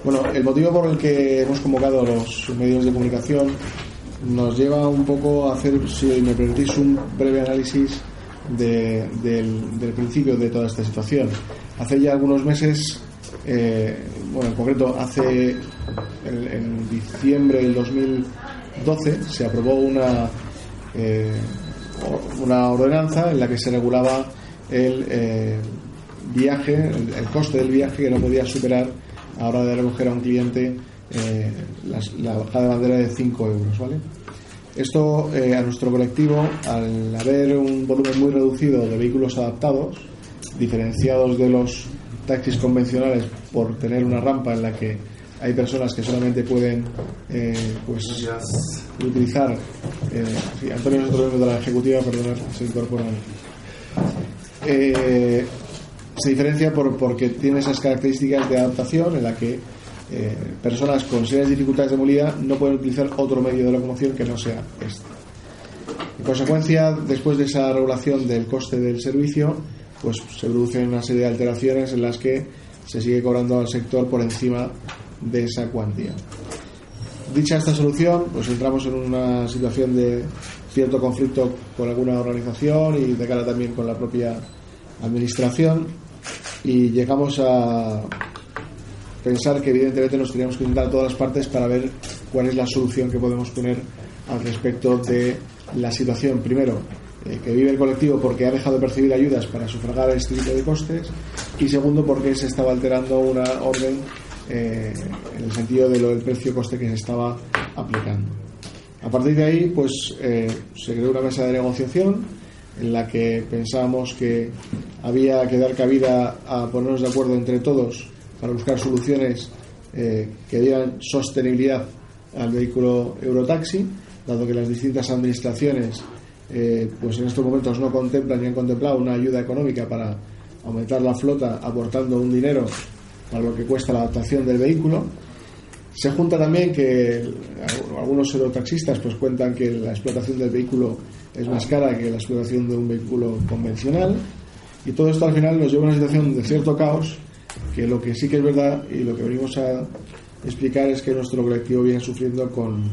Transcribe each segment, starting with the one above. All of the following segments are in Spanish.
Bueno, el motivo por el que hemos convocado los medios de comunicación nos lleva un poco a hacer, si me permitís, un breve análisis del principio de toda esta situación. Hace ya algunos meses, en concreto en diciembre del 2012 se aprobó una ordenanza en la que se regulaba el coste del viaje, que no podía superar a la hora de recoger a un cliente la bajada de bandera de 5 euros, ¿vale? Esto a nuestro colectivo, al haber un volumen muy reducido de vehículos adaptados, diferenciados de los taxis convencionales por tener una rampa en la que hay personas que solamente pueden utilizar Antonio es otro miembro de la ejecutiva, perdonad, se incorpora. Se diferencia porque tiene esas características de adaptación en la que personas con serias dificultades de movilidad no pueden utilizar otro medio de locomoción que no sea este. En consecuencia, después de esa regulación del coste del servicio, pues se producen una serie de alteraciones en las que se sigue cobrando al sector por encima de esa cuantía. Dicha esta solución, pues entramos en una situación de cierto conflicto con alguna organización y de cara también con la propia administración, y llegamos a pensar que evidentemente nos teníamos que juntar todas las partes para ver cuál es la solución que podemos poner al respecto de la situación, primero, que vive el colectivo porque ha dejado de percibir ayudas para sufragar este tipo de costes, y segundo, porque se estaba alterando una orden en el sentido de lo del precio-coste que se estaba aplicando. A partir de ahí, pues se creó una mesa de negociación en la que pensábamos que había que dar cabida a ponernos de acuerdo entre todos para buscar soluciones que dieran sostenibilidad al vehículo Eurotaxi, dado que las distintas administraciones pues en estos momentos no contemplan ni han contemplado una ayuda económica para aumentar la flota aportando un dinero para lo que cuesta la adaptación del vehículo. Se junta también que algunos eurotaxistas pues cuentan que la explotación del vehículo es más cara que la explotación de un vehículo convencional, y todo esto al final nos lleva a una situación de cierto caos, que lo que sí que es verdad y lo que venimos a explicar es que nuestro colectivo viene sufriendo con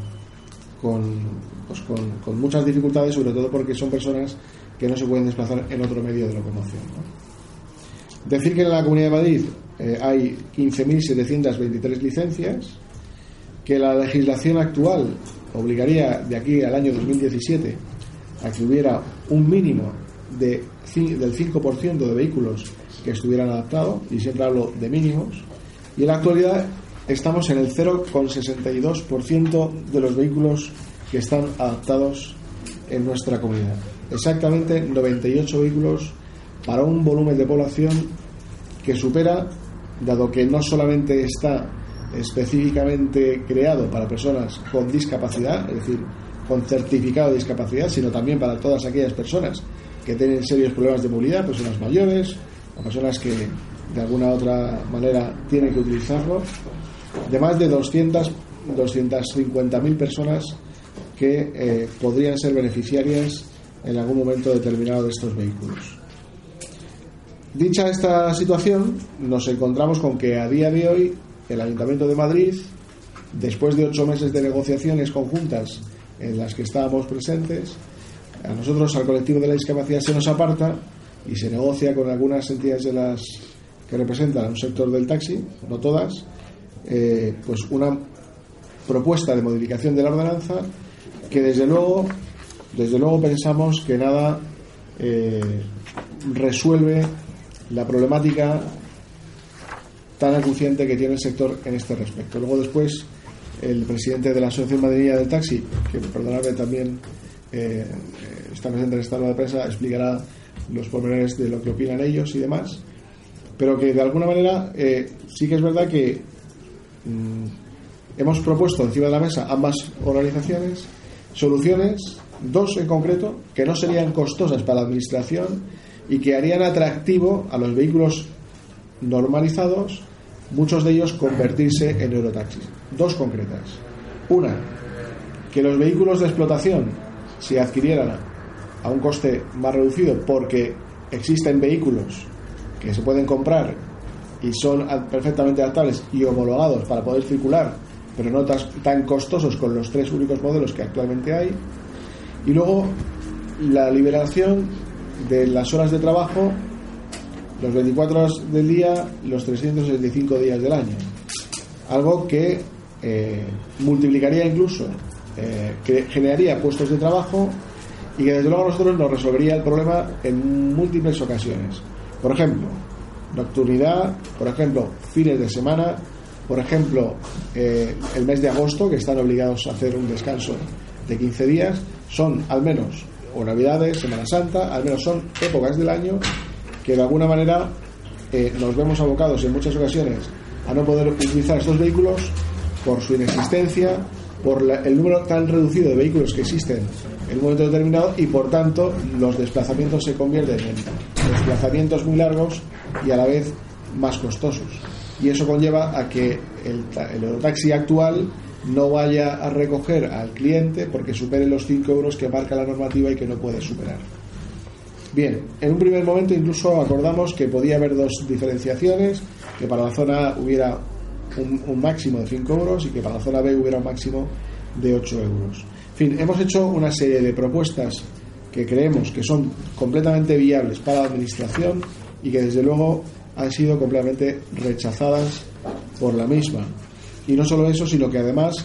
muchas dificultades, sobre todo porque son personas que no se pueden desplazar en otro medio de locomoción, ¿no? Decir que en la Comunidad de Madrid hay 15.723 licencias, que la legislación actual obligaría de aquí al año 2017 a que hubiera un mínimo del 5% de vehículos que estuvieran adaptados, y siempre hablo de mínimos, y en la actualidad estamos en el 0,62% de los vehículos que están adaptados en nuestra comunidad. Exactamente 98 vehículos para un volumen de población que supera, dado que no solamente está específicamente creado para personas con discapacidad, es decir, con certificado de discapacidad, sino también para todas aquellas personas que tienen serios problemas de movilidad, personas mayores o personas que de alguna otra manera tienen que utilizarlo, de más de 250.000 personas que podrían ser beneficiarias en algún momento determinado de estos vehículos. Dicha esta situación, nos encontramos con que a día de hoy el Ayuntamiento de Madrid, después de 8 meses de negociaciones conjuntas en las que estábamos presentes, a nosotros, al colectivo de la discapacidad, se nos aparta y se negocia con algunas entidades de las que representan a un sector del taxi, no todas, pues una propuesta de modificación de la ordenanza que desde luego pensamos que nada resuelve la problemática tan acuciante que tiene el sector en este respecto. Luego después el presidente de la Asociación Madrileña del Taxi, que perdonadme también está presente en esta rueda de prensa, explicará los pormenores de lo que opinan ellos y demás, pero que de alguna manera sí que es verdad que hemos propuesto encima de la mesa ambas organizaciones soluciones, 2 en concreto, que no serían costosas para la administración y que harían atractivo a los vehículos normalizados, muchos de ellos, convertirse en eurotaxis. 2 concretas. Una, que los vehículos de explotación se adquirieran a un coste más reducido, porque existen vehículos que se pueden comprar y son perfectamente adaptables y homologados para poder circular, pero no tan costosos con los 3 únicos modelos que actualmente hay. Y luego la liberación de las horas de trabajo, los 24 horas del día, los 365 días del año, algo que multiplicaría incluso, que generaría puestos de trabajo y que desde luego a nosotros nos resolvería el problema en múltiples ocasiones. Por ejemplo, nocturnidad, por ejemplo, fines de semana, por ejemplo, el mes de agosto, que están obligados a hacer un descanso de 15 días, son al menos, o Navidades, Semana Santa, al menos son épocas del año que de alguna manera nos vemos abocados en muchas ocasiones a no poder utilizar estos vehículos por su inexistencia, por el número tan reducido de vehículos que existen en un momento determinado, y por tanto los desplazamientos se convierten en desplazamientos muy largos y a la vez más costosos, y eso conlleva a que el Eurotaxi actual no vaya a recoger al cliente porque supere los 5 euros que marca la normativa y que no puede superar. Bien, en un primer momento incluso acordamos que podía haber 2 diferenciaciones, que para la zona A hubiera un máximo de 5 euros y que para la zona B hubiera un máximo de 8 euros. En fin, hemos hecho una serie de propuestas que creemos que son completamente viables para la administración y que desde luego han sido completamente rechazadas por la misma. Y no solo eso, sino que además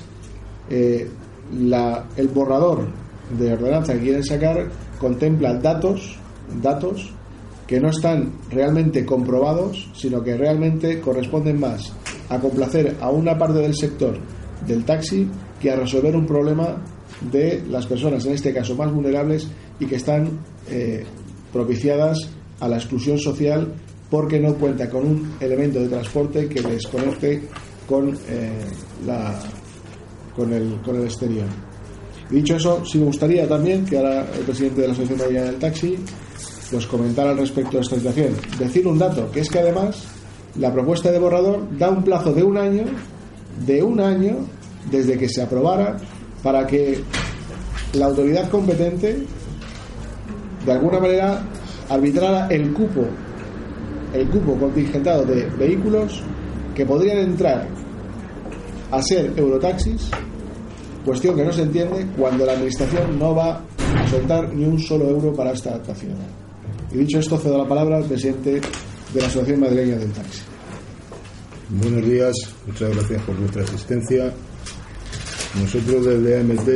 el borrador de ordenanza que quieren sacar contempla datos que no están realmente comprobados, sino que realmente corresponden más a complacer a una parte del sector del taxi que a resolver un problema de las personas, en este caso más vulnerables, y que están propiciadas a la exclusión social porque no cuenta con un elemento de transporte que les conecte con el exterior. Y dicho eso, sí me gustaría también que ahora el presidente de la Asociación Madrileña del Taxi pues comentara al respecto de esta situación. Decir un dato, que es que además la propuesta de borrador da un plazo de un año desde que se aprobara para que la autoridad competente de alguna manera arbitrara el cupo contingentado de vehículos que podrían entrar a ser Eurotaxis, cuestión que no se entiende cuando la administración no va a soltar ni un solo euro para esta adaptación. Y dicho esto, cedo la palabra al presidente de la Asociación Madrileña del Taxi. Buenos días, muchas gracias por vuestra asistencia. Nosotros desde AMT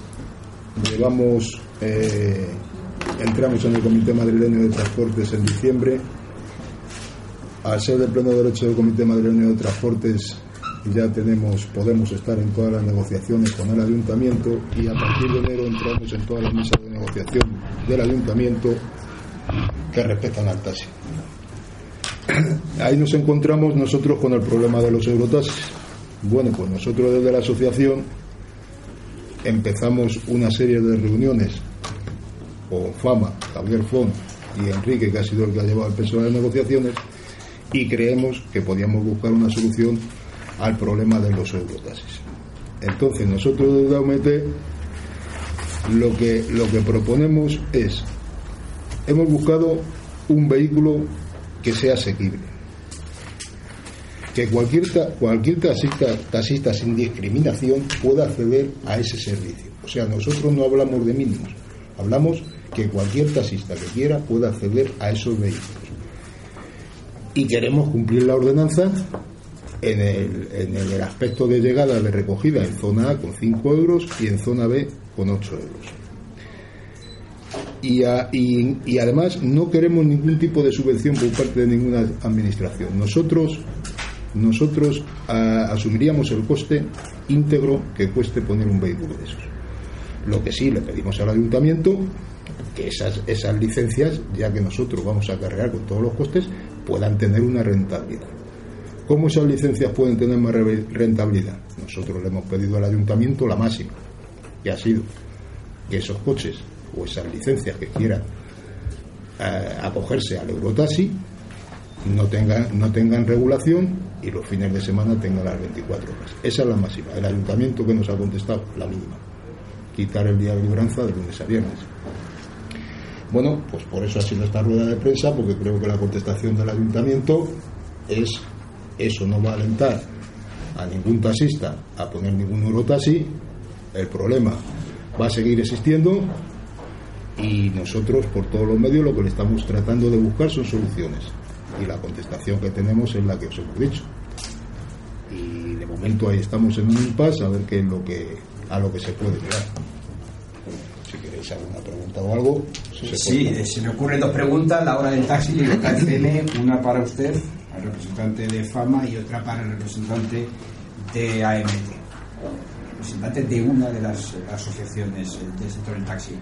entramos en el Comité Madrileño de Transportes en diciembre. Al ser de pleno derecho del Comité Madrileño de Transportes ya podemos estar en todas las negociaciones con el Ayuntamiento, y a partir de enero entramos en todas las mesas de negociación del Ayuntamiento que respetan al taxi. Ahí nos encontramos nosotros con el problema de los Eurotaxis. Bueno, pues nosotros desde la asociación empezamos una serie de reuniones con Fama, Javier Font y Enrique, que ha sido el que ha llevado el peso de las negociaciones, y creemos que podíamos buscar una solución al problema de los Eurotaxis. Entonces nosotros desde AUMT lo que proponemos es, hemos buscado un vehículo que sea asequible, que cualquier taxista sin discriminación pueda acceder a ese servicio. O sea, nosotros no hablamos de mínimos, hablamos que cualquier taxista que quiera pueda acceder a esos vehículos. Y queremos cumplir la ordenanza en el aspecto de llegada, de recogida en zona A con 5 euros y en zona B con 8 euros. Y además no queremos ningún tipo de subvención por parte de ninguna administración. Nosotros asumiríamos el coste íntegro que cueste poner un vehículo de esos. Lo que sí le pedimos al Ayuntamiento, que esas licencias, ya que nosotros vamos a cargar con todos los costes, puedan tener una rentabilidad. ¿Cómo esas licencias pueden tener más rentabilidad? Nosotros le hemos pedido al Ayuntamiento la máxima, que ha sido que esos coches o esas licencias que quieran acogerse al Eurotaxi no tengan regulación y los fines de semana tengan las 24 horas. Esa es la máxima. El Ayuntamiento, que nos ha contestado, la mínima: quitar el día de libranza de lunes a viernes. Bueno, pues por eso ha sido esta rueda de prensa, porque creo que la contestación del Ayuntamiento es eso no va a alentar a ningún taxista a poner ningún eurotaxi, el problema va a seguir existiendo y nosotros por todos los medios lo que le estamos tratando de buscar son soluciones, y la contestación que tenemos es la que os hemos dicho, y de momento ahí estamos en un impasse a ver qué es a lo que se puede llegar. Si queréis alguna pregunta o algo. Se me ocurren dos preguntas. La hora del taxi, Libertad FM, una para usted, el representante de FAMA, y otra para el representante de AMT, representante de una de las asociaciones del sector del taxi.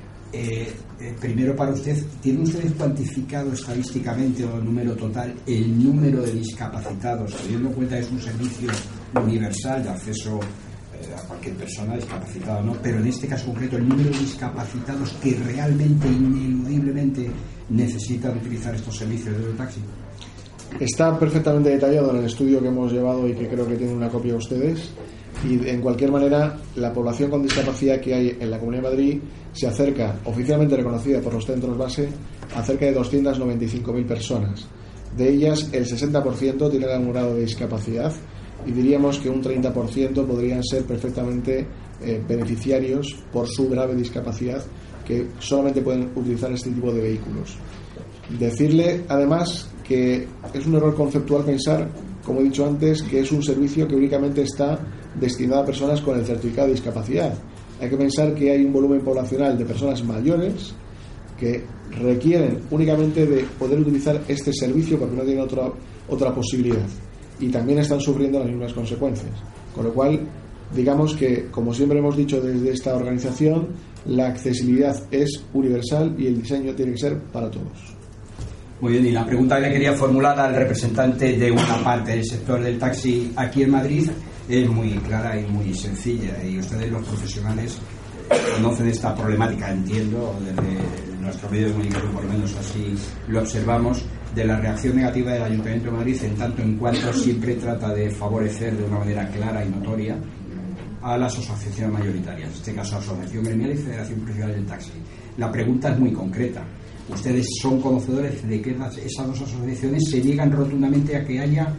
Primero para usted, ¿tienen ustedes cuantificado estadísticamente o el número total el número de discapacitados, teniendo en cuenta que es un servicio universal de acceso a cualquier persona, discapacitada o no, pero en este caso concreto el número de discapacitados que realmente, ineludiblemente necesitan utilizar estos servicios de taxi? Está perfectamente detallado en el estudio que hemos llevado y que creo que tienen una copia ustedes, y en cualquier manera la población con discapacidad que hay en la Comunidad de Madrid se acerca, oficialmente reconocida por los centros base, a cerca de 295.000 personas. De ellas el 60% tienen algún grado de discapacidad, y diríamos que un 30% podrían ser perfectamente beneficiarios por su grave discapacidad, que solamente pueden utilizar este tipo de vehículos. Decirle además que es un error conceptual pensar, como he dicho antes, que es un servicio que únicamente está destinado a personas con el certificado de discapacidad. Hay que pensar que hay un volumen poblacional de personas mayores que requieren únicamente de poder utilizar este servicio porque no tienen otra posibilidad, y también están sufriendo las mismas consecuencias. Con lo cual, digamos que, como siempre hemos dicho desde esta organización, la accesibilidad es universal y el diseño tiene que ser para todos. Muy bien, y la pregunta que le quería formular al representante de una parte del sector del taxi aquí en Madrid es muy clara y muy sencilla, y ustedes, los profesionales, conocen esta problemática, entiendo, desde nuestro medio de comunicación, por lo menos así lo observamos, de la reacción negativa del Ayuntamiento de Madrid, en tanto en cuanto siempre trata de favorecer de una manera clara y notoria a las asociaciones mayoritarias, en este caso Asociación Gremial y Federación Profesional del Taxi. La pregunta es muy concreta. Ustedes son conocedores de que esas dos asociaciones se niegan rotundamente a que haya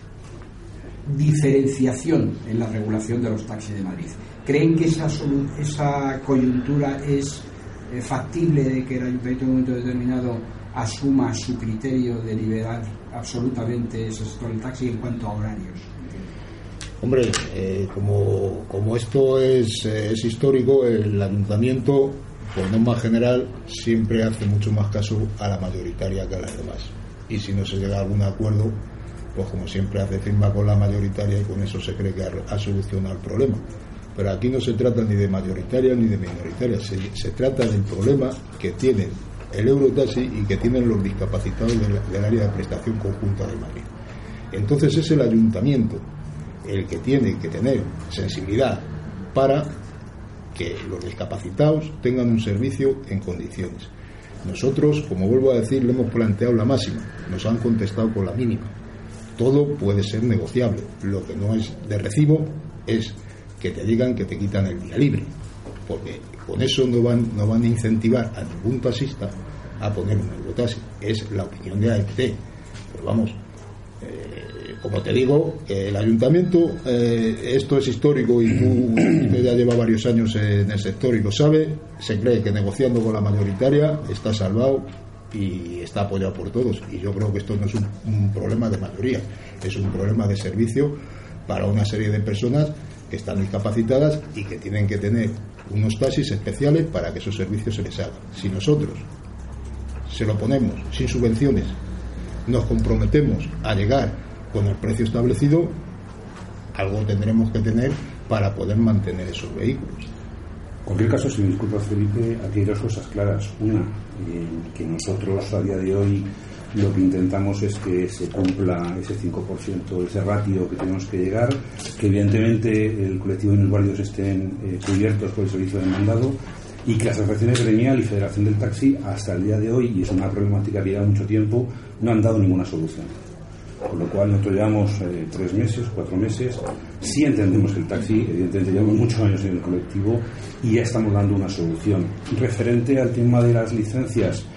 diferenciación en la regulación de los taxis de Madrid. ¿Creen que esa coyuntura es factible, de que el Ayuntamiento en un momento determinado asuma su criterio de liberar absolutamente ese sector del taxi en cuanto a horarios? Hombre, como esto es histórico, el Ayuntamiento, por norma general, siempre hace mucho más caso a la mayoritaria que a las demás, y si no se llega a algún acuerdo, pues como siempre hace firma con la mayoritaria, y con eso se cree que ha solucionado el problema. Pero aquí no se trata ni de mayoritaria ni de minoritaria, se trata del problema que tienen el Eurotaxi y que tienen los discapacitados del área de prestación conjunta de Madrid. Entonces es el Ayuntamiento el que tiene que tener sensibilidad para que los discapacitados tengan un servicio en condiciones. Nosotros, como vuelvo a decir, le hemos planteado la máxima, nos han contestado con la mínima. Todo puede ser negociable, lo que no es de recibo es que te digan que te quitan el día libre, porque con eso no van a incentivar a ningún taxista a poner un eurotaxi. Es la opinión de AMT. Pues vamos, como te digo, el Ayuntamiento, esto es histórico, y tú ya lleva varios años en el sector y lo sabe, se cree que negociando con la mayoritaria está salvado y está apoyado por todos, y yo creo que esto no es un problema de mayoría, es un problema de servicio para una serie de personas que están discapacitadas y que tienen que tener unos taxis especiales para que esos servicios se les hagan. Si nosotros se lo ponemos sin subvenciones, nos comprometemos a llegar con el precio establecido, algo tendremos que tener para poder mantener esos vehículos. En cualquier caso, si me disculpas, Felipe, aquí hay dos cosas claras. Una, que nosotros a día de hoy lo que intentamos es que se cumpla ese 5%, ese ratio que tenemos que llegar, que evidentemente el colectivo de usuarios estén cubiertos por el servicio demandado, y que las asociaciones Gremial y Federación del Taxi hasta el día de hoy, y es una problemática que lleva mucho tiempo, no han dado ninguna solución. Con lo cual nosotros llevamos 3 meses, 4 meses, sí entendemos que el taxi, evidentemente llevamos muchos años en el colectivo y ya estamos dando una solución. Referente al tema de las licencias,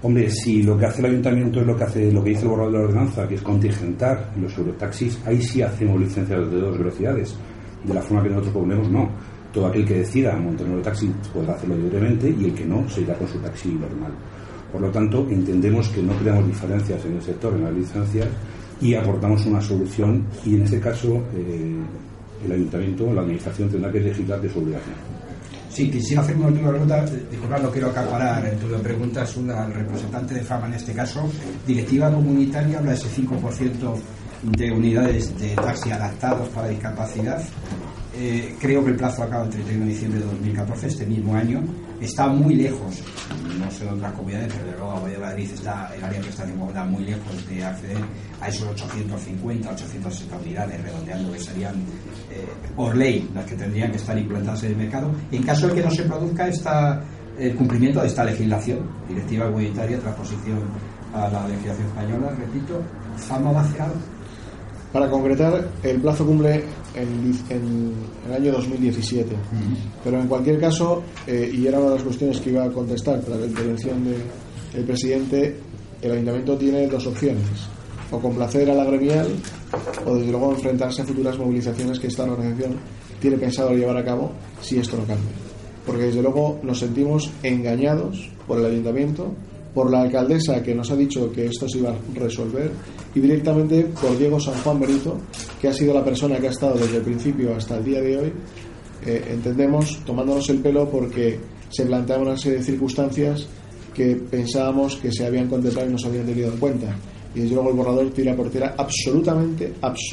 Hombre, si lo que hace el ayuntamiento es lo que dice el borrador de la ordenanza, que es contingentar los eurotaxis, ahí sí hacemos licencias de 2 velocidades. De la forma que nosotros proponemos, no. Todo aquel que decida montar un eurotaxi podrá hacerlo libremente y el que no se irá con su taxi normal. Por lo tanto, entendemos que no creamos diferencias en el sector, en las licencias, y aportamos una solución, y en ese caso el ayuntamiento, la administración, tendrá que legislar de su obligación. Sí, quisiera hacer una última pregunta. Disculpad, no quiero acaparar tu pregunta, es al representante de Fama en este caso. Directiva comunitaria habla de ese 5% de unidades de taxi adaptados para discapacidad. Creo que el plazo acaba el 31 de diciembre de 2014, este mismo año. Está muy lejos, no sé de otras comunidades, pero de luego a de Madrid está el área que está de moda muy lejos de acceder a esos 850, 860 unidades, redondeando, que serían por ley las que tendrían que estar implantadas en el mercado. En caso de que no se produzca el cumplimiento de esta legislación, directiva comunitaria, transposición a la legislación española, repito, ¿Fama va a hacer algo? Para concretar, el plazo cumple en el año 2017. Pero en cualquier caso, y era una de las cuestiones que iba a contestar tras la intervención del presidente, el ayuntamiento tiene 2 opciones: o complacer a la gremial, o desde luego enfrentarse a futuras movilizaciones que esta organización tiene pensado llevar a cabo si esto no cambia. Porque desde luego nos sentimos engañados por el ayuntamiento, por la alcaldesa, que nos ha dicho que esto se iba a resolver, y directamente por Diego San Juan Benito, que ha sido la persona que ha estado desde el principio hasta el día de hoy, entendemos, tomándonos el pelo, porque se planteaban una serie de circunstancias que pensábamos que se habían contemplado y no se habían tenido en cuenta. Y desde luego el borrador tira por tierra absolutamente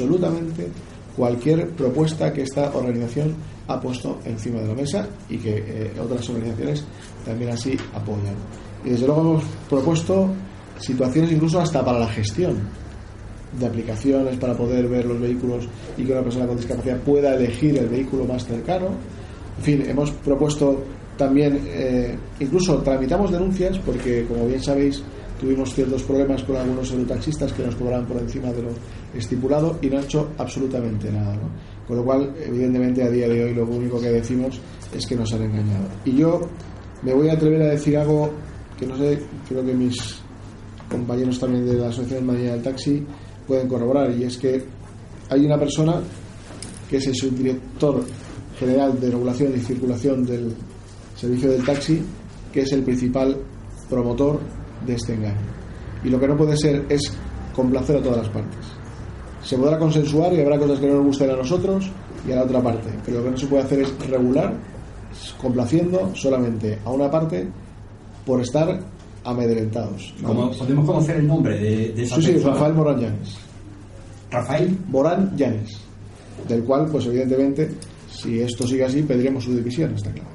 cualquier propuesta que esta organización ha puesto encima de la mesa y que otras organizaciones también así apoyan. Y desde luego hemos propuesto situaciones incluso hasta para la gestión de aplicaciones para poder ver los vehículos y que una persona con discapacidad pueda elegir el vehículo más cercano. En fin, hemos propuesto también, incluso tramitamos denuncias porque, como bien sabéis, tuvimos ciertos problemas con algunos eurotaxistas que nos cobraban por encima de lo estipulado y no han hecho absolutamente nada, ¿no? Con lo cual, evidentemente, a día de hoy lo único que decimos es que nos han engañado. Y yo me voy a atrever a decir algo que no sé, creo que mis compañeros también de la Asociación Madrileña del Taxi pueden corroborar, y es que hay una persona que es el subdirector general de regulación y circulación del servicio del taxi, que es el principal promotor de este engaño, y lo que no puede ser es complacer a todas las partes. Se podrá consensuar y habrá cosas que no nos gusten a nosotros y a la otra parte, pero lo que no se puede hacer es regular complaciendo solamente a una parte por estar amedrentados. ¿Podemos conocer el nombre de esa persona? Sí, Rafael Morán Llanes. ¿Rafael? Morán Llanes, del cual, pues evidentemente, si esto sigue así, pediremos su dimisión, está claro.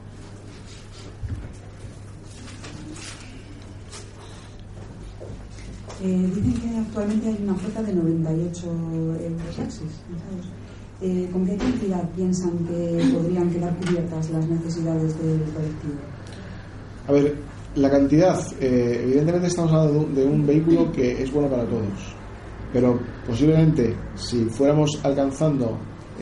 Dicen que actualmente hay una flota de 98 eurotaxis. ¿Con qué cantidad piensan que podrían quedar cubiertas las necesidades del colectivo? A ver, la cantidad, evidentemente estamos hablando de un vehículo que es bueno para todos, pero posiblemente si fuéramos alcanzando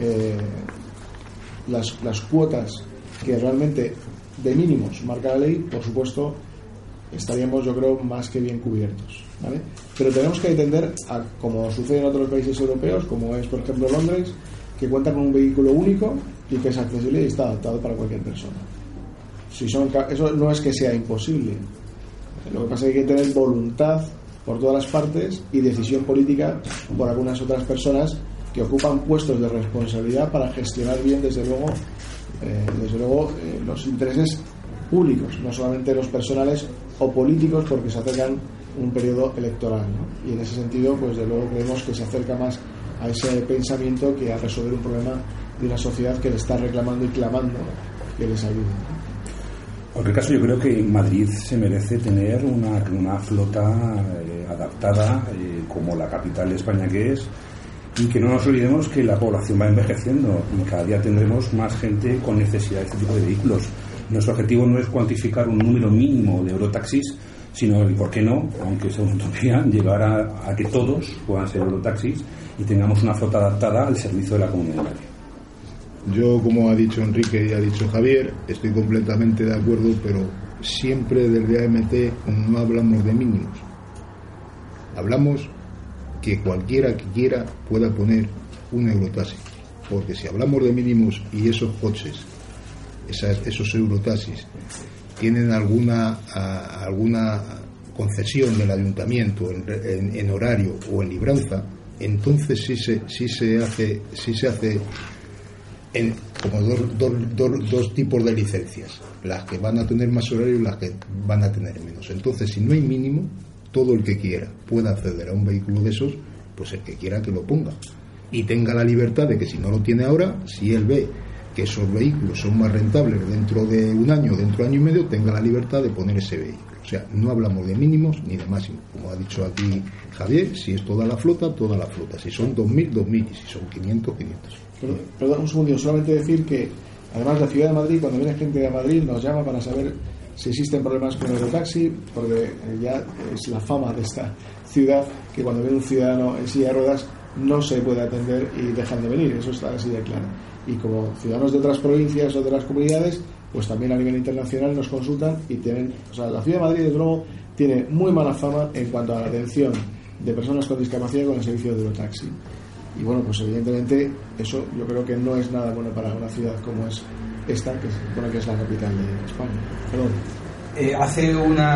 las cuotas que realmente de mínimos marca la ley, por supuesto estaríamos, yo creo, más que bien cubiertos, ¿vale? Pero tenemos que atender a, como sucede en otros países europeos, como es por ejemplo Londres, que cuenta con un vehículo único y que es accesible y está adaptado para cualquier persona. Eso no es que sea imposible, lo que pasa es que hay que tener voluntad por todas las partes y decisión política por algunas otras personas que ocupan puestos de responsabilidad para gestionar bien, desde luego los intereses públicos, no solamente los personales o políticos, porque se acercan un periodo electoral, ¿no? Y en ese sentido, pues de luego creemos que se acerca más a ese pensamiento que a resolver un problema de una sociedad que le está reclamando y clamando que les ayude. En cualquier caso, yo creo que Madrid se merece tener una flota adaptada, como la capital de España que es, y que no nos olvidemos que la población va envejeciendo y cada día tendremos más gente con necesidad de este tipo de vehículos. Nuestro objetivo no es cuantificar un número mínimo de eurotaxis, sino, y por qué no, aunque sea una utopía, llegar a que todos puedan ser eurotaxis y tengamos una flota adaptada al servicio de la comunidad. Yo, como ha dicho Enrique y ha dicho Javier, estoy completamente de acuerdo, pero siempre desde AMT no hablamos de mínimos. Hablamos que cualquiera que quiera pueda poner un eurotaxi, porque si hablamos de mínimos y esos coches, esos eurotaxis tienen alguna concesión del ayuntamiento en horario o en libranza, entonces sí se hace en como dos tipos de licencias, las que van a tener más horario y las que van a tener menos. Entonces, si no hay mínimo, todo el que quiera pueda acceder a un vehículo de esos, pues el que quiera que lo ponga y tenga la libertad de que si no lo tiene ahora, si él ve que esos vehículos son más rentables dentro de un año, dentro de año y medio, tenga la libertad de poner ese vehículo. O sea, no hablamos de mínimos ni de máximos, como ha dicho aquí Javier. Si es toda la flota, si son 2.000, 2.000, y si son 500, 500. Perdón, un segundito, solamente decir que además la ciudad de Madrid, cuando viene gente de Madrid, nos llama para saber si existen problemas con el Eurotaxi, porque ya es la fama de esta ciudad que cuando viene un ciudadano en silla de ruedas no se puede atender y dejan de venir. Eso está así de claro. Y como ciudadanos de otras provincias o de otras comunidades, pues también a nivel internacional nos consultan y tienen, o sea, la ciudad de Madrid desde luego tiene muy mala fama en cuanto a la atención de personas con discapacidad con el servicio de Eurotaxi. Y bueno, pues evidentemente eso yo creo que no es nada bueno para una ciudad como es esta, que es la capital de España. Perdón.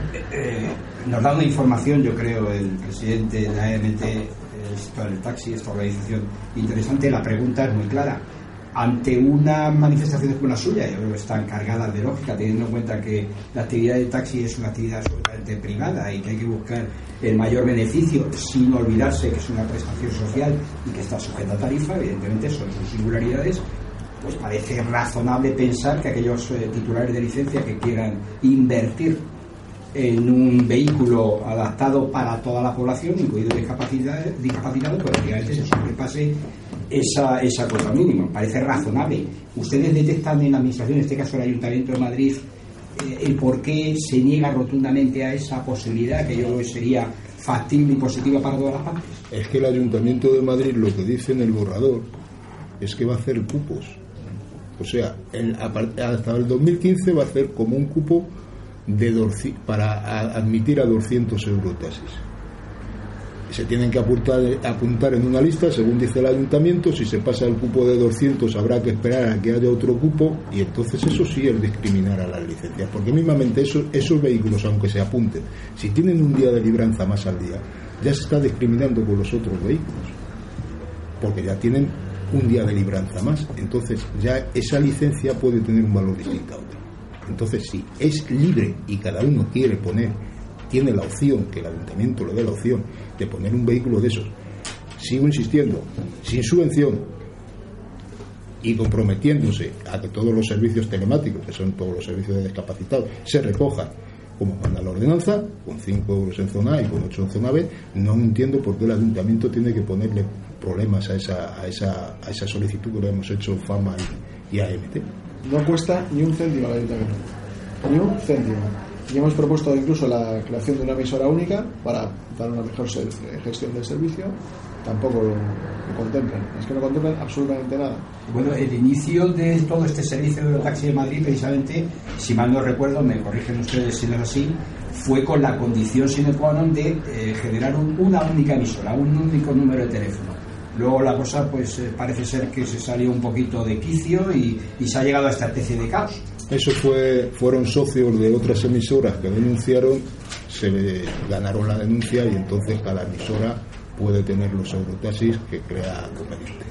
Nos da una información, yo creo, el presidente de la AMT, el sector del taxi, esta organización interesante. La pregunta es muy clara. Ante unas manifestaciones como la suya, yo creo que están cargadas de lógica, teniendo en cuenta que la actividad de taxi es una actividad absolutamente privada y que hay que buscar el mayor beneficio sin olvidarse que es una prestación social y que está sujeta a tarifa, evidentemente son sus singularidades. Pues parece razonable pensar que aquellos titulares de licencia que quieran invertir en un vehículo adaptado para toda la población, incluido discapacitados, pues obviamente se sobrepase esa cuota mínima. Parece razonable. ¿Ustedes detectan en la administración, en este caso el Ayuntamiento de Madrid, el por qué se niega rotundamente a esa posibilidad, que yo creo que sería factible y positiva para todas las partes? Es que el Ayuntamiento de Madrid lo que dice en el borrador es que va a hacer cupos. O sea, hasta el 2015 va a hacer como un cupo para admitir a 200 eurotaxis. Se tienen que apuntar en una lista, según dice el ayuntamiento. Si se pasa el cupo de 200 habrá que esperar a que haya otro cupo, y entonces eso sí es discriminar a las licencias, porque mismamente esos vehículos, aunque se apunten, si tienen un día de libranza más al día, ya se está discriminando con los otros vehículos, porque ya tienen un día de libranza más. Entonces ya esa licencia puede tener un valor distinto a otra. Entonces, si es libre y cada uno tiene la opción, que el ayuntamiento le dé la opción de poner un vehículo de esos, sigo insistiendo, sin subvención y comprometiéndose a que todos los servicios telemáticos, que son todos los servicios de discapacitados, se recojan como manda la ordenanza, con 5 euros en zona A y con 8 en zona B. No entiendo por qué el ayuntamiento tiene que ponerle problemas a esa solicitud que le hemos hecho FAMA y AMT. No cuesta ni un céntimo al ayuntamiento, ni un céntimo. Y hemos propuesto incluso la creación de una emisora única para dar una mejor gestión del servicio. Tampoco lo contemplan. Es que no contemplan absolutamente nada. Bueno, el inicio de todo este servicio de taxi de Madrid, precisamente, si mal no recuerdo, me corrigen ustedes si no es así, fue con la condición sine qua non de generar una única emisora, un único número de teléfono. Luego la cosa, pues parece ser que se salió un poquito de quicio y se ha llegado a esta especie de caos. Eso fueron socios de otras emisoras que denunciaron, se ganaron la denuncia, y entonces cada emisora puede tener los eurotaxis que crea conveniente.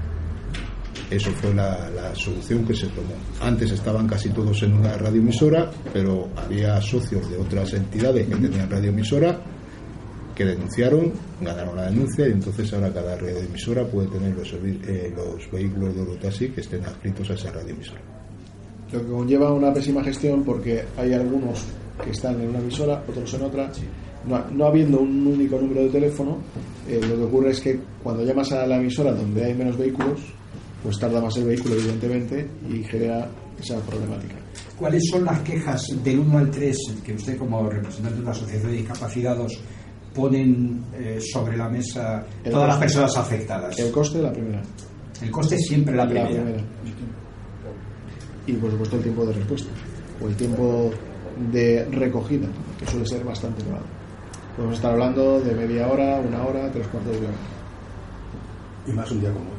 Eso fue la solución que se tomó. Antes estaban casi todos en una radioemisora, pero había socios de otras entidades que tenían radioemisora que denunciaron, ganaron la denuncia, y entonces ahora cada radioemisora puede tener los vehículos de Eurotaxi que estén adscritos a esa radioemisora. Lo que conlleva una pésima gestión, porque hay algunos que están en una emisora, otros en otra. No habiendo un único número de teléfono, lo que ocurre es que cuando llamas a la emisora donde hay menos vehículos, pues tarda más el vehículo, evidentemente, y genera esa problemática. ¿Cuáles son las quejas del 1 al 3 que usted, como representante de una asociación de discapacitados, ponen sobre la mesa todas las personas afectadas? El coste, la primera. El coste es siempre la primera. Y por supuesto el tiempo de respuesta, o el tiempo de recogida, que suele ser bastante elevado. Podemos estar hablando de media hora, una hora, 3/4 de hora. Y más un día como hoy.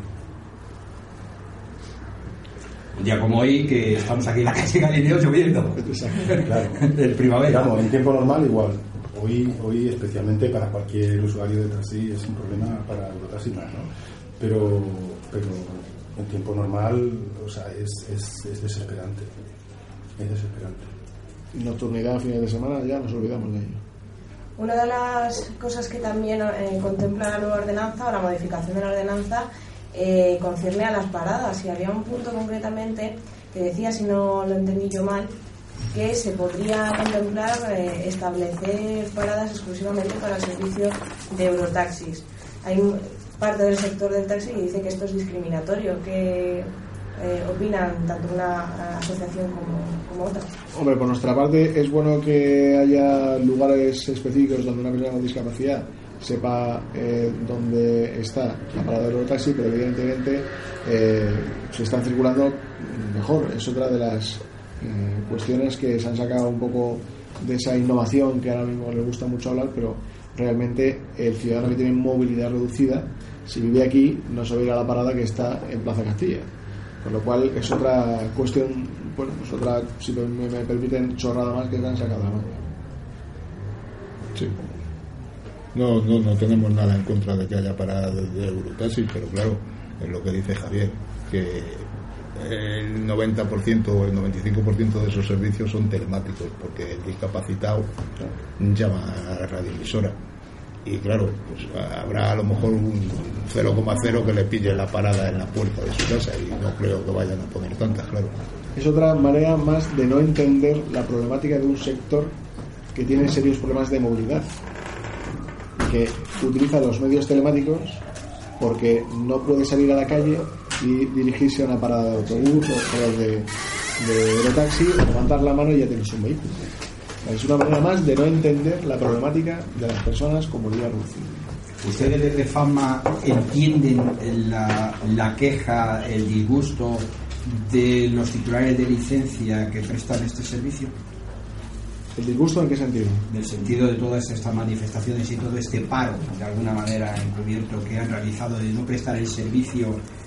Un día como hoy, que estamos aquí en la calle Galileo lloviendo. Claro. El primavera. Digamos, en tiempo normal igual. Hoy especialmente para cualquier usuario de taxi es un problema, para Eurotaxi más, ¿no? Pero en tiempo normal, o sea, es desesperante. Es desesperante. Nocturnidad a fines de semana, ya nos olvidamos de ello. Una de las cosas que también contempla la nueva ordenanza o la modificación de la ordenanza concierne a las paradas, y había un punto concretamente que decía, si no lo entendí yo mal, que se podría contemplar establecer paradas exclusivamente para el servicio de Eurotaxis. Hay parte del sector del taxi que dice que esto es discriminatorio. ¿Qué opinan tanto una asociación como otra? Hombre, por nuestra parte es bueno que haya lugares específicos donde una persona con discapacidad sepa dónde está la parada del Eurotaxi, pero evidentemente se están circulando mejor. Es otra de las cuestiones que se han sacado un poco de esa innovación que ahora mismo le gusta mucho hablar, pero realmente el ciudadano que tiene movilidad reducida, si vive aquí, no se va a ir a la parada que está en Plaza Castilla, con lo cual es otra cuestión, bueno, es otra, si me permiten, chorrada más que se han sacado la mano. Sí. No tenemos nada en contra de que haya paradas de Eurotaxi, pero claro, es lo que dice Javier, que el 90% o el 95% de esos servicios son telemáticos, porque el discapacitado llama a la radioemisora y claro, pues habrá a lo mejor un 0,0 que le pille la parada en la puerta de su casa, y no creo que vayan a poner tantas, claro. Es otra manera más de no entender la problemática de un sector que tiene serios problemas de movilidad, que utiliza los medios telemáticos porque no puede salir a la calle y dirigirse a una parada de autobús o de Eurotaxi, levantar la mano y ya tienes un vehículo. Es una manera más de no entender la problemática de las personas con movilidad reducida. ¿Ustedes desde FAMA entienden la queja, el disgusto de los titulares de licencia que prestan este servicio? ¿El disgusto en qué sentido? En el sentido de todas estas manifestaciones y todo este paro, de alguna manera encubierto, que han realizado de no prestar el servicio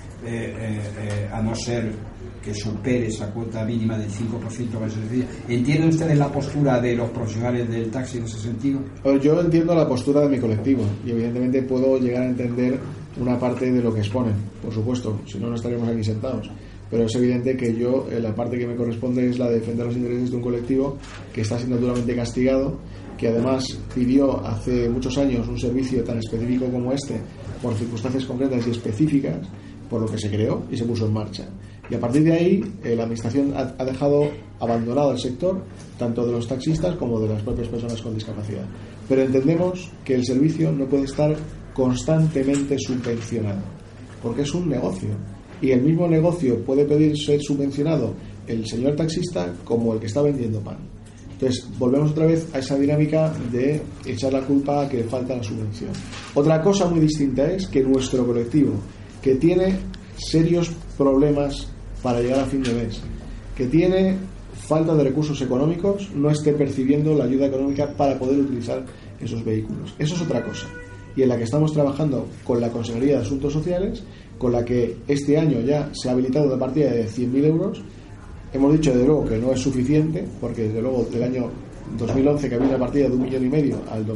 a no ser que supere esa cuota mínima del 5% que se decía. ¿Entienden ustedes la postura de los profesionales del taxi en ese sentido? Yo entiendo la postura de mi colectivo y evidentemente puedo llegar a entender una parte de lo que exponen, por supuesto, si no, no estaríamos aquí sentados. Pero es evidente que yo, la parte que me corresponde es la de defender los intereses de un colectivo que está siendo duramente castigado, que además pidió hace muchos años un servicio tan específico como este, por circunstancias concretas y específicas, por lo que se creó y se puso en marcha. Y a partir de ahí, la administración ha dejado abandonado el sector, tanto de los taxistas como de las propias personas con discapacidad. Pero entendemos que el servicio no puede estar constantemente subvencionado, porque es un negocio. Y el mismo negocio puede pedir ser subvencionado el señor taxista como el que está vendiendo pan. Entonces, volvemos otra vez a esa dinámica de echar la culpa a que falta la subvención. Otra cosa muy distinta es que nuestro colectivo, que tiene serios problemas para llegar a fin de mes, que tiene falta de recursos económicos, no esté percibiendo la ayuda económica para poder utilizar esos vehículos. Eso es otra cosa, y en la que estamos trabajando con la Consejería de Asuntos Sociales, con la que este año ya se ha habilitado una partida de 100.000 euros. Hemos dicho desde luego que no es suficiente, porque desde luego del año 2011, que había una partida de 1,5 millones, al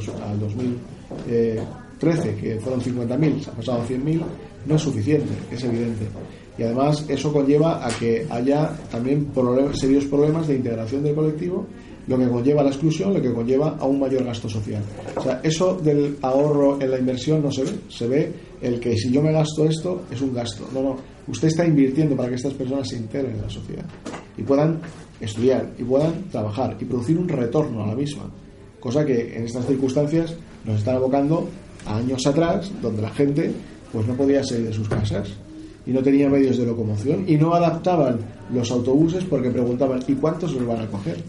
2013, que fueron 50.000, se ha pasado a 100.000, no es suficiente, es evidente. Y además eso conlleva a que haya también serios problemas de integración del colectivo, lo que conlleva a la exclusión, lo que conlleva a un mayor gasto social. O sea, eso del ahorro en la inversión no se ve. Se ve el que si yo me gasto esto, es un gasto. No, usted está invirtiendo para que estas personas se integren en la sociedad y puedan estudiar, y puedan trabajar y producir un retorno a la misma. Cosa que en estas circunstancias nos están abocando a años atrás, donde la gente pues no podía salir de sus casas y no tenía medios de locomoción y no adaptaban los autobuses porque preguntaban ¿y cuántos los van a coger?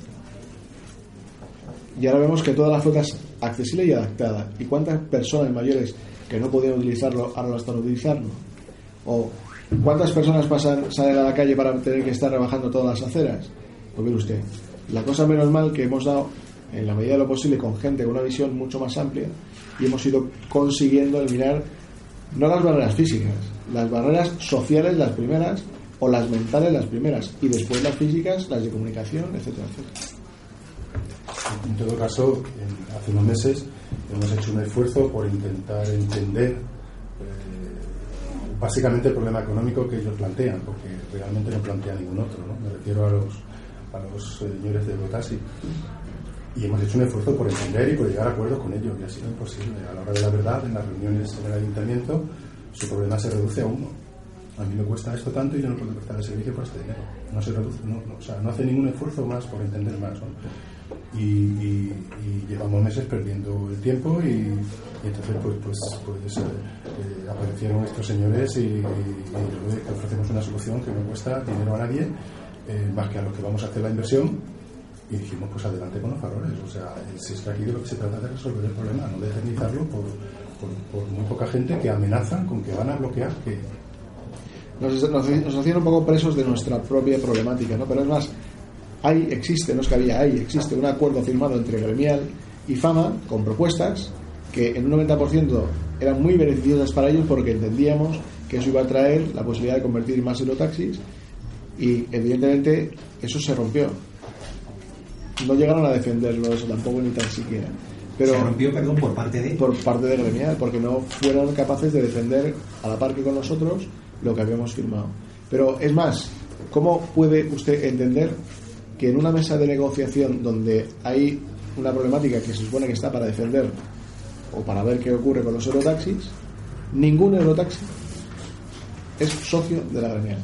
Y ahora vemos que toda la flota es accesible y adaptada. ¿Y cuántas personas mayores que no podían utilizarlo ahora lo están utilizando? ¿O cuántas personas salen a la calle para tener que estar rebajando todas las aceras? Pues mire usted, La cosa menos mal que hemos dado, en la medida de lo posible, con gente con una visión mucho más amplia, y hemos ido consiguiendo eliminar no las barreras físicas, las barreras sociales las primeras, o las mentales las primeras, y después las físicas, las de comunicación, etcétera, etcétera. En todo caso, hace unos meses hemos hecho un esfuerzo por intentar entender básicamente el problema económico que ellos plantean, porque realmente no plantea ningún otro, ¿no? Me refiero a los señores de Eurotaxi. Y hemos hecho un esfuerzo por entender y por llegar a acuerdos con ellos, y ha sido imposible. A la hora de la verdad, en las reuniones en el ayuntamiento, su problema se reduce a uno. A mí me cuesta esto tanto y yo no puedo prestar el servicio por este dinero. No se reduce, o sea, no hace ningún esfuerzo más por entender más, ¿no? Y llevamos meses perdiendo el tiempo y entonces pues aparecieron estos señores y que ofrecemos una solución que no cuesta dinero a nadie, más que a los que vamos a hacer la inversión, y dijimos pues adelante con los faroles. O sea, si es que aquí de lo que se trata es de resolver el problema, no de eternizarlo por muy poca gente que amenazan con que van a bloquear, que nos hacían un poco presos de nuestra propia problemática, ¿no? Pero es más, existe un acuerdo firmado entre Gremial y Fama con propuestas que en un 90% eran muy beneficiosas para ellos, porque entendíamos que eso iba a traer la posibilidad de convertir más Eurotaxis, y evidentemente eso se rompió. No llegaron a defenderlo eso tampoco, ni tan siquiera. Pero se rompió, perdón, por parte de Gremial, porque no fueron capaces de defender a la par que con nosotros lo que habíamos firmado. Pero es más, ¿cómo puede usted entender que en una mesa de negociación donde hay una problemática que se supone que está para defender o para ver qué ocurre con los Eurotaxis, ningún Eurotaxi es socio de la Gremial?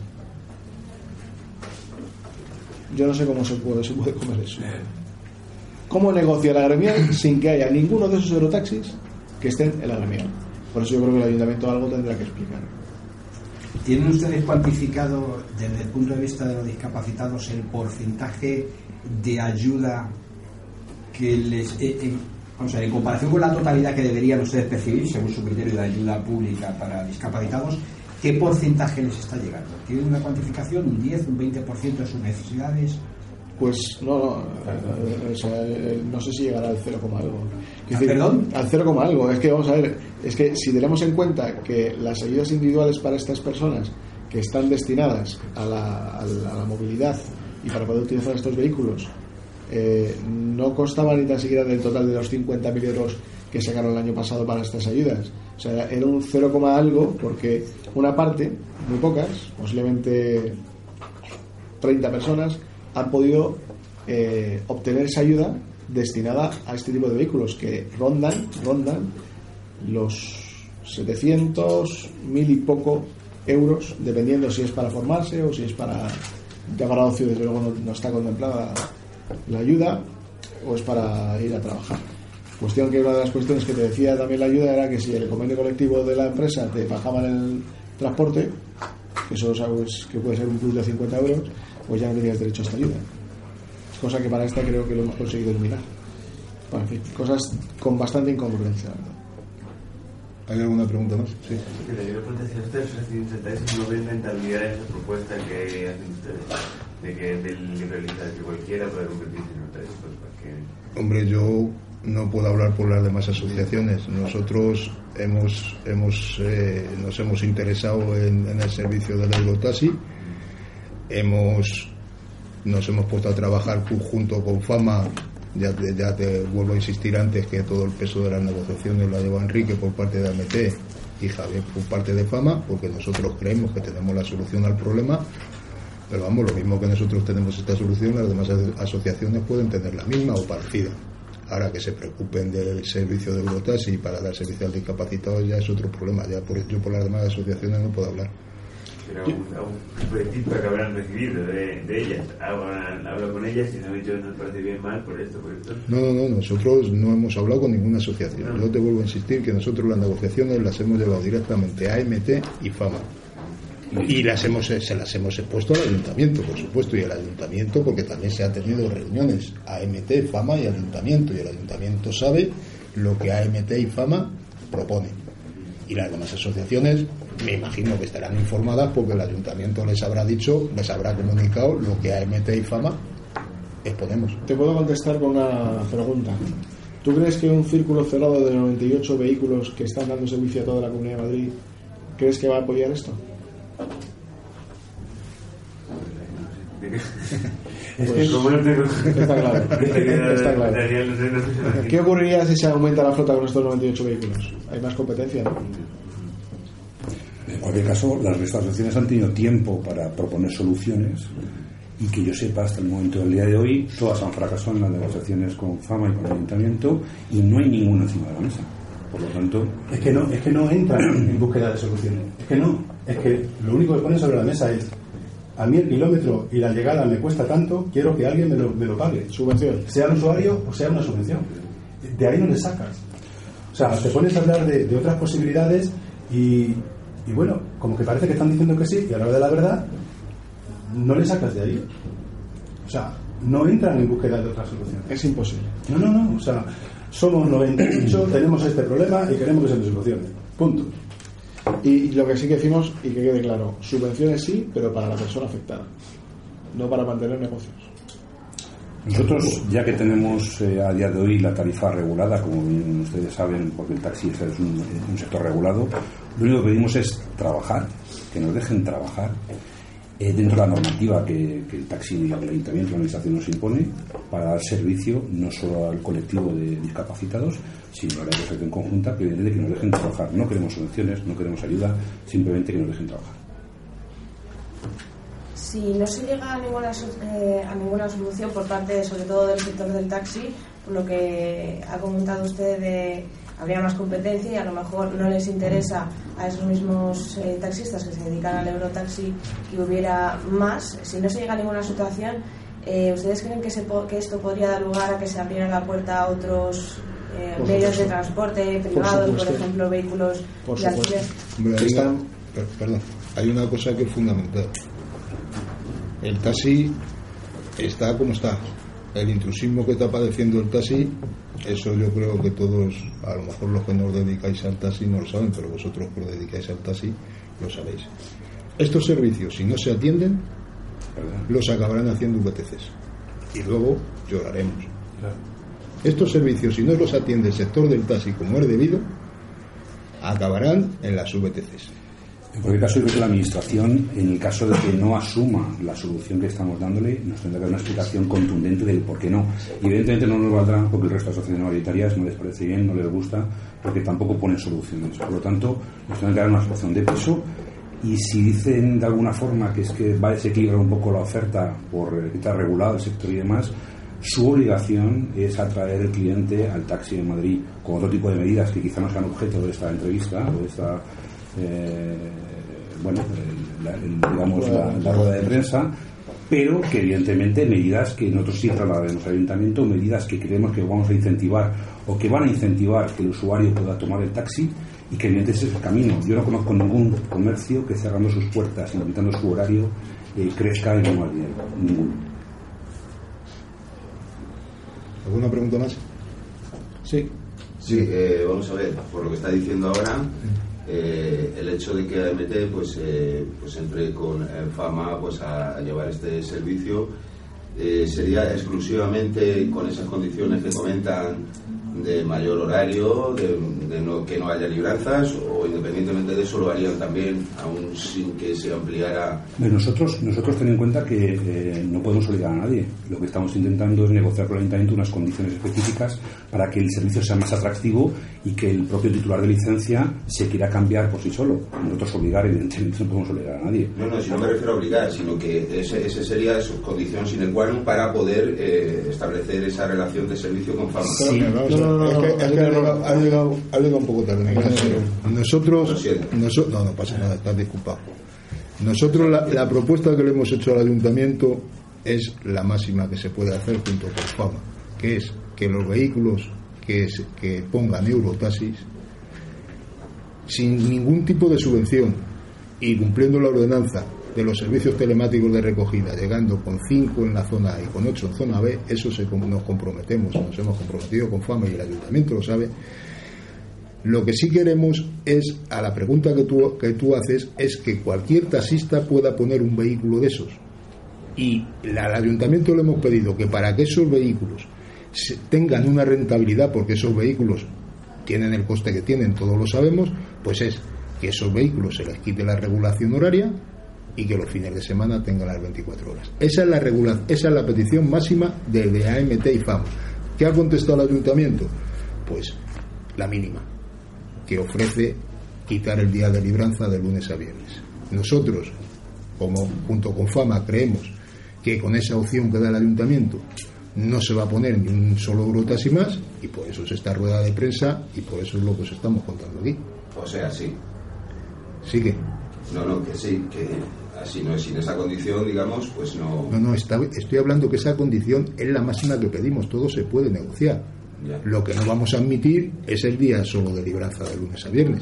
Yo no sé cómo se puede comer eso. ¿Cómo negocia la Gremial sin que haya ninguno de esos Eurotaxis que estén en la Gremial? Por eso yo creo que el ayuntamiento algo tendrá que explicar. ¿Tienen ustedes cuantificado desde el punto de vista de los discapacitados el porcentaje de ayuda que les... en comparación con la totalidad que deberían ustedes percibir, según su criterio de ayuda pública para discapacitados, ¿qué porcentaje les está llegando? ¿Tienen una cuantificación? ¿Un 10, un 20% de sus necesidades? Pues no sé si llegará al 0, algo. ¿Perdón? Al 0, algo. Es que vamos a ver, es que si tenemos en cuenta que las ayudas individuales para estas personas que están destinadas a la movilidad y para poder utilizar estos vehículos no costaban ni tan siquiera del total de los 50.000 euros que sacaron el año pasado para estas ayudas. O sea, era un 0, algo, porque una parte, muy pocas, posiblemente 30 personas, han podido obtener esa ayuda destinada a este tipo de vehículos que rondan los 700, 1.000 y poco euros, dependiendo si es para formarse o si es para ocio. Desde luego no está contemplada la ayuda, o es para ir a trabajar. Cuestión que una de las cuestiones que te decía también la ayuda era que si el convenio colectivo de la empresa te bajaban el transporte, que eso sabes que puede ser un plus de 50 euros, pues ya no tenías derecho a esta ayuda. Cosa que para esta creo que lo hemos conseguido eliminar. Bueno, en fin, cosas con bastante incongruencia, ¿verdad? ¿Hay alguna pregunta más? Sí. Yo quiero preguntar si ustedes no ven mentalidad en esa propuesta que hacen ustedes, de que del liberalizar que cualquiera puede convertirse en notario, pues porque... Hombre, yo no puedo hablar por las demás asociaciones. Nosotros nos hemos interesado en el servicio del Eurotaxi. Nos hemos puesto a trabajar junto con Fama. Ya te vuelvo a insistir antes que todo el peso de las negociaciones lo ha llevado Enrique por parte de AMT y Javier por parte de Fama, porque nosotros creemos que tenemos la solución al problema. Pero vamos, lo mismo que nosotros tenemos esta solución, las demás asociaciones pueden tener la misma o parecida. Ahora, que se preocupen del servicio de Eurotaxi y para dar servicio al discapacitado ya es otro problema. Yo por las demás asociaciones no puedo hablar. Pero un feedback que habrán recibido de ellas. Hablo con ellas y no me dicho no te parece bien mal por esto. No, nosotros no hemos hablado con ninguna asociación. Yo te vuelvo a insistir que nosotros las negociaciones las hemos llevado directamente a AMT y Fama. Y se las hemos expuesto al ayuntamiento, por supuesto, y al ayuntamiento, porque también se han tenido reuniones AMT, Fama y ayuntamiento, y el ayuntamiento sabe lo que AMT y Fama proponen. Y las demás asociaciones me imagino que estarán informadas porque el ayuntamiento les habrá dicho, les habrá comunicado lo que AMT y Fama exponemos. Te puedo contestar con una pregunta. ¿Tú crees que un círculo cerrado de 98 vehículos que están dando servicio a toda la Comunidad de Madrid, crees que va a apoyar esto? Pues, está claro. Está claro. ¿Qué ocurriría si se aumenta la flota con estos 98 vehículos? Hay más competencia, ¿no? En cualquier caso, las restauraciones han tenido tiempo para proponer soluciones y que yo sepa, hasta el momento del día de hoy, todas han fracasado en las negociaciones con Fama y con el Ayuntamiento y no hay ninguna encima de la mesa. Por lo tanto... Es que no entran en búsqueda de soluciones. Es que lo único que ponen sobre la mesa es: a mí el kilómetro y la llegada me cuesta tanto, quiero que alguien me lo pague. Subvención. Sea un usuario o sea una subvención. De ahí no le sacas. O sea, te pones a hablar de otras posibilidades y bueno, como que parece que están diciendo que sí, y a la hora de la verdad no le sacas de ahí. O sea, no entran en búsqueda de otra solución. Es imposible. No. O sea, somos 98, tenemos este problema y queremos que se nos solucione. Punto. Y lo que sí que decimos, y que quede claro, subvenciones sí, pero para la persona afectada, no para mantener negocios. Nosotros, ya que tenemos a día de hoy la tarifa regulada, como bien ustedes saben, porque el taxi es un sector regulado, lo único que pedimos es trabajar, que nos dejen trabajar dentro de la normativa que el taxi, el ayuntamiento, la administración nos impone, para dar servicio no solo al colectivo de discapacitados, sino a la negociación conjunta, que debe de que nos dejen trabajar. No queremos subvenciones, no queremos ayuda, simplemente que nos dejen trabajar. Si no se llega a ninguna solución por parte, sobre todo del sector del taxi, por lo que ha comentado usted, habría más competencia y a lo mejor no les interesa a esos mismos taxistas que se dedican al Eurotaxi que hubiera más. Si no se llega a ninguna situación, ¿ustedes creen que esto podría dar lugar a que se abriera la puerta a otros medios de transporte privados, por ejemplo, vehículos de alquiler? Perdón, hay una cosa que es fundamental. El taxi está como está. El intrusismo que está padeciendo el taxi, eso yo creo que todos, a lo mejor los que no os dedicáis al taxi no lo saben, pero vosotros que os dedicáis al taxi lo sabéis. Estos servicios, si no se atienden, los acabarán haciendo VTCs y luego lloraremos. Estos servicios, si no los atiende el sector del taxi como es debido, acabarán en las VTCs. En cualquier caso, yo creo que la administración, en el caso de que no asuma la solución que estamos dándole, nos tendrá que dar una explicación contundente del por qué no. Y evidentemente no nos valdrá porque el resto de asociaciones mayoritarias no les parece bien, no les gusta, porque tampoco ponen soluciones. Por lo tanto, nos tendrán que dar una solución de peso. Y si dicen de alguna forma que es que va a desequilibrar un poco la oferta por que está regulado el sector y demás, su obligación es atraer el cliente al taxi en Madrid con otro tipo de medidas que quizá no sean objeto de esta entrevista o de esta digamos la rueda de prensa, pero que evidentemente medidas que nosotros sí trasladaremos al ayuntamiento, medidas que creemos que vamos a incentivar o que van a incentivar que el usuario pueda tomar el taxi y que evidentemente ese es el camino. Yo no conozco ningún comercio que cerrando sus puertas y limitando su horario crezca y no más dinero, ninguno. ¿Alguna pregunta más? Sí. Sí, vamos a ver, por lo que está diciendo ahora, el hecho de que AMT pues entre con Fama pues a llevar este servicio sería exclusivamente con esas condiciones que comentan de mayor horario, que no haya libranzas, o independientemente de eso lo harían también aún sin que se ampliara. Nosotros ten en cuenta que no podemos obligar a nadie. Lo que estamos intentando es negociar con el ayuntamiento unas condiciones específicas para que el servicio sea más atractivo y que el propio titular de licencia se quiera cambiar por sí solo. Nosotros obligar, evidentemente no podemos obligar a nadie. No, si no me refiero a obligar, sino que ese sería su condición sine qua non para poder establecer esa relación de servicio con Fama. Sí. Ha llegado un poco tarde. Nosotros no pasa nada, estás disculpado. Nosotros la propuesta que le hemos hecho al ayuntamiento es la máxima que se puede hacer junto con Fama, que es que los vehículos que pongan Eurotaxis sin ningún tipo de subvención y cumpliendo la ordenanza de los servicios telemáticos de recogida, llegando con 5 en la zona A y con 8 en zona B, eso nos comprometemos, nos hemos comprometido con Fama y el ayuntamiento lo sabe. Lo que sí queremos es, a la pregunta que tú haces, es que cualquier taxista pueda poner un vehículo de esos. Y al ayuntamiento le hemos pedido que para que esos vehículos tengan una rentabilidad, porque esos vehículos tienen el coste que tienen, todos lo sabemos, pues es que esos vehículos se les quite la regulación horaria y que los fines de semana tengan las 24 horas. Esa es la petición máxima de AMT y FAMA. ¿Qué ha contestado el ayuntamiento? Pues la mínima, que ofrece quitar el día de libranza de lunes a viernes. Nosotros, como junto con FAMA, creemos que con esa opción que da el ayuntamiento no se va a poner ni un solo Eurotaxi más, y por eso es esta rueda de prensa y por eso es lo que os estamos contando aquí. O sea, sí. ¿Sí que? No, que sí, que así no es, sin esa condición, digamos, pues no... No, estoy hablando que esa condición es la máxima que pedimos, todo se puede negociar. Ya. Lo que no vamos a admitir es el día solo de libranza de lunes a viernes.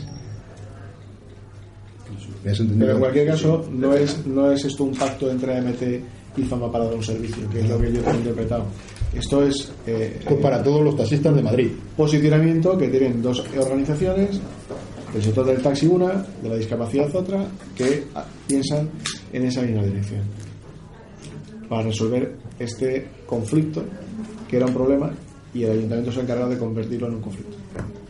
¿Me has entendido? Pero en cualquier caso, no es esto un pacto entre AMT y FAMA para dar un servicio, que es lo que yo he interpretado. Esto es para todos los taxistas de Madrid. Posicionamiento que tienen dos organizaciones, del sector del taxi una, de la discapacidad otra, que piensan en esa misma dirección para resolver este conflicto, que era un problema, y el ayuntamiento se ha encargado de convertirlo en un conflicto.